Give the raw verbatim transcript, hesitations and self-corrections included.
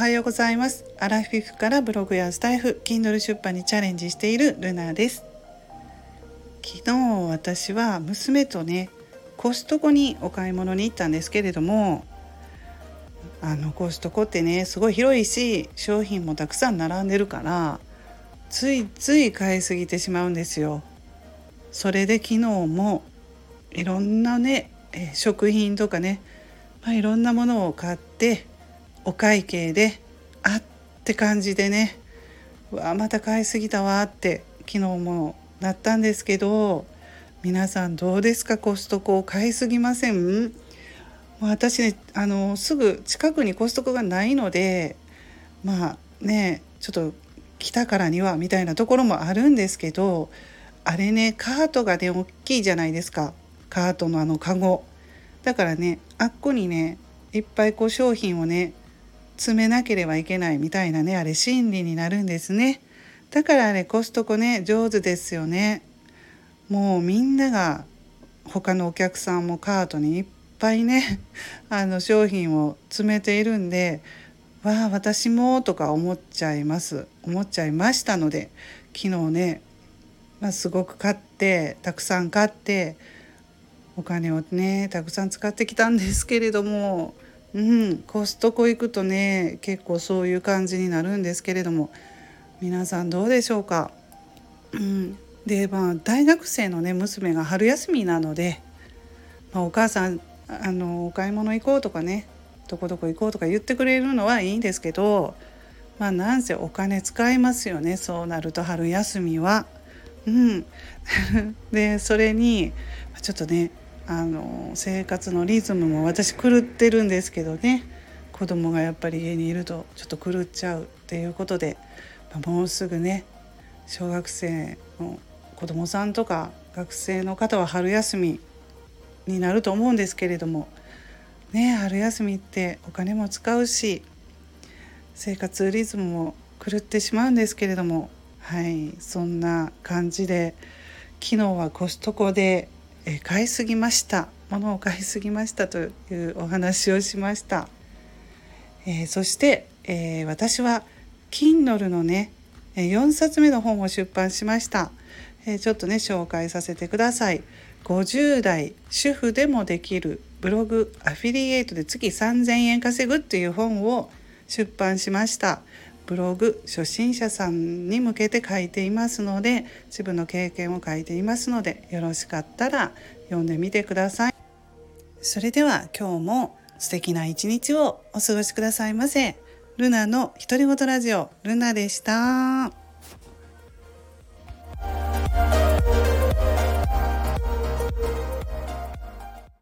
はようございます。アラフィフからブログやスタイフ、Kindle 出版にチャレンジしているルナです。昨日私は娘とねコストコにお買い物に行ったんですけれども、あのコストコってねすごい広いし商品もたくさん並んでるからついつい買いすぎてしまうんですよ。それで昨日もいろんなねえ食品とかね、まあ、いろんなものを買ってお会計であって感じでね、うわまた買いすぎたわって昨日もなったんですけど、皆さんどうですか？コストコ買いすぎません？私ねあのすぐ近くにコストコがないので、まあねちょっと来たからにはみたいなところもあるんですけど、あれねカートがね大きいじゃないですか。カートのあのカゴだからね、あっこにねいっぱいこう商品をね詰めなければいけないみたいなね、あれ心理になるんですね。だからあれコストコね上手ですよね。もうみんなが他のお客さんもカートにいっぱいねあの商品を詰めているんで、わあ私もとか思っちゃいます思っちゃいましたので、昨日ね、まあ、すごく買ってたくさん買ってお金をねたくさん使ってきたんですけれども、うん、コストコ行くとね結構そういう感じになるんですけれども、皆さんどうでしょうか？うん、でまあ大学生のね娘が春休みなので、まあ、お母さんあのお買い物行こうとかねどこどこ行こうとか言ってくれるのはいいんですけど、まあなんせお金使いますよね、そうなると春休みは。うんでそれにちょっとねあの生活のリズムも私狂ってるんですけどね、子供がやっぱり家にいるとちょっと狂っちゃうっていうことで、まあ、もうすぐね小学生の子供さんとか学生の方は春休みになると思うんですけれどもね、春休みってお金も使うし生活リズムも狂ってしまうんですけれども、はいそんな感じで昨日はコストコで買いすぎました物を買いすぎましたというお話をしました。えー、そして、えー、私は Kindle のねよんさつめの本を出版しました。えー、ちょっとね紹介させてください。ごじゅう代主婦でもできるブログアフィリエイトで月さんぜんえん稼ぐっていう本を出版しました。ブログ初心者さんに向けて書いていますので、自分の経験を書いていますので、よろしかったら読んでみてください。それでは今日も素敵な一日をお過ごしくださいませ。ルナの独り言ラジオルナでした。